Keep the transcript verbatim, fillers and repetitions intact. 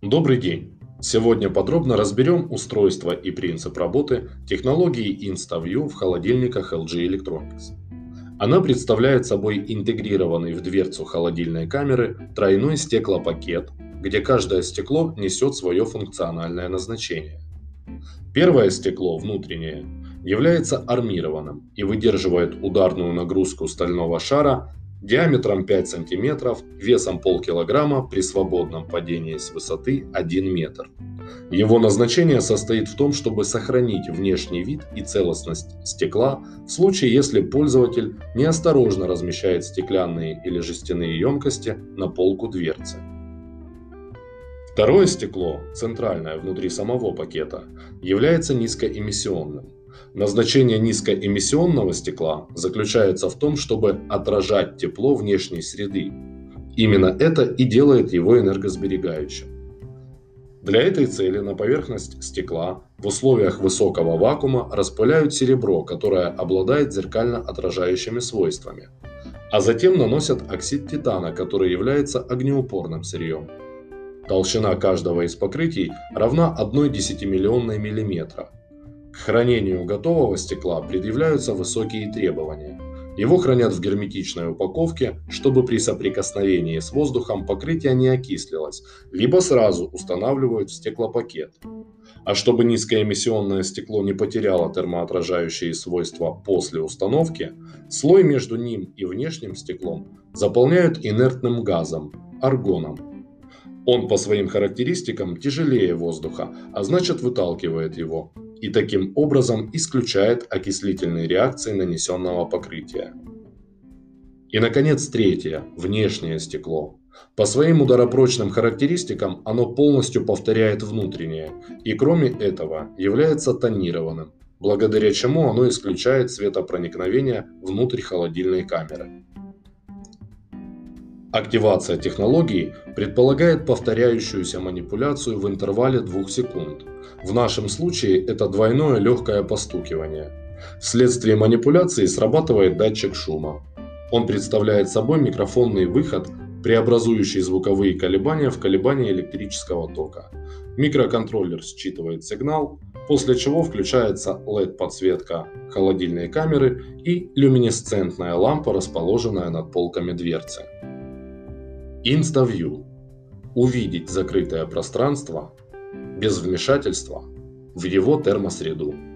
Добрый день! Сегодня подробно разберем устройство и принцип работы технологии InstaView в холодильниках эл джи Electronics. Она представляет собой интегрированный в дверцу холодильной камеры тройной стеклопакет, где каждое стекло несет свое функциональное назначение. Первое стекло, внутреннее, является армированным и выдерживает ударную нагрузку стального шара диаметром пять сантиметров, весом полкилограмма при свободном падении с высоты один метр. Его назначение состоит в том, чтобы сохранить внешний вид и целостность стекла в случае, если пользователь неосторожно размещает стеклянные или жестяные емкости на полку дверцы. Второе стекло, центральное внутри самого пакета, является низкоэмиссионным. Назначение низкоэмиссионного стекла заключается в том, чтобы отражать тепло внешней среды. Именно это и делает его энергосберегающим. Для этой цели на поверхность стекла в условиях высокого вакуума распыляют серебро, которое обладает зеркально отражающими свойствами, а затем наносят оксид титана, который является огнеупорным сырьем. Толщина каждого из покрытий равна одной десятимиллионной миллиметра. К хранению готового стекла предъявляются высокие требования. Его хранят в герметичной упаковке, чтобы при соприкосновении с воздухом покрытие не окислилось, либо сразу устанавливают в стеклопакет. А чтобы низкоэмиссионное стекло не потеряло термоотражающие свойства после установки, слой между ним и внешним стеклом заполняют инертным газом – аргоном. Он по своим характеристикам тяжелее воздуха, а значит выталкивает его, и таким образом исключает окислительные реакции нанесенного покрытия. И, наконец, третье – внешнее стекло. По своим ударопрочным характеристикам оно полностью повторяет внутреннее, и кроме этого является тонированным, благодаря чему оно исключает светопроникновение внутрь холодильной камеры. Активация технологии предполагает повторяющуюся манипуляцию в интервале двух секунд. В нашем случае это двойное легкое постукивание. Вследствие манипуляции срабатывает датчик шума. Он представляет собой микрофонный выход, преобразующий звуковые колебания в колебания электрического тока. Микроконтроллер считывает сигнал, после чего включается эл и ди-подсветка холодильной камеры и люминесцентная лампа, расположенная над полками дверцы. InstaView – увидеть закрытое пространство без вмешательства в его термосреду.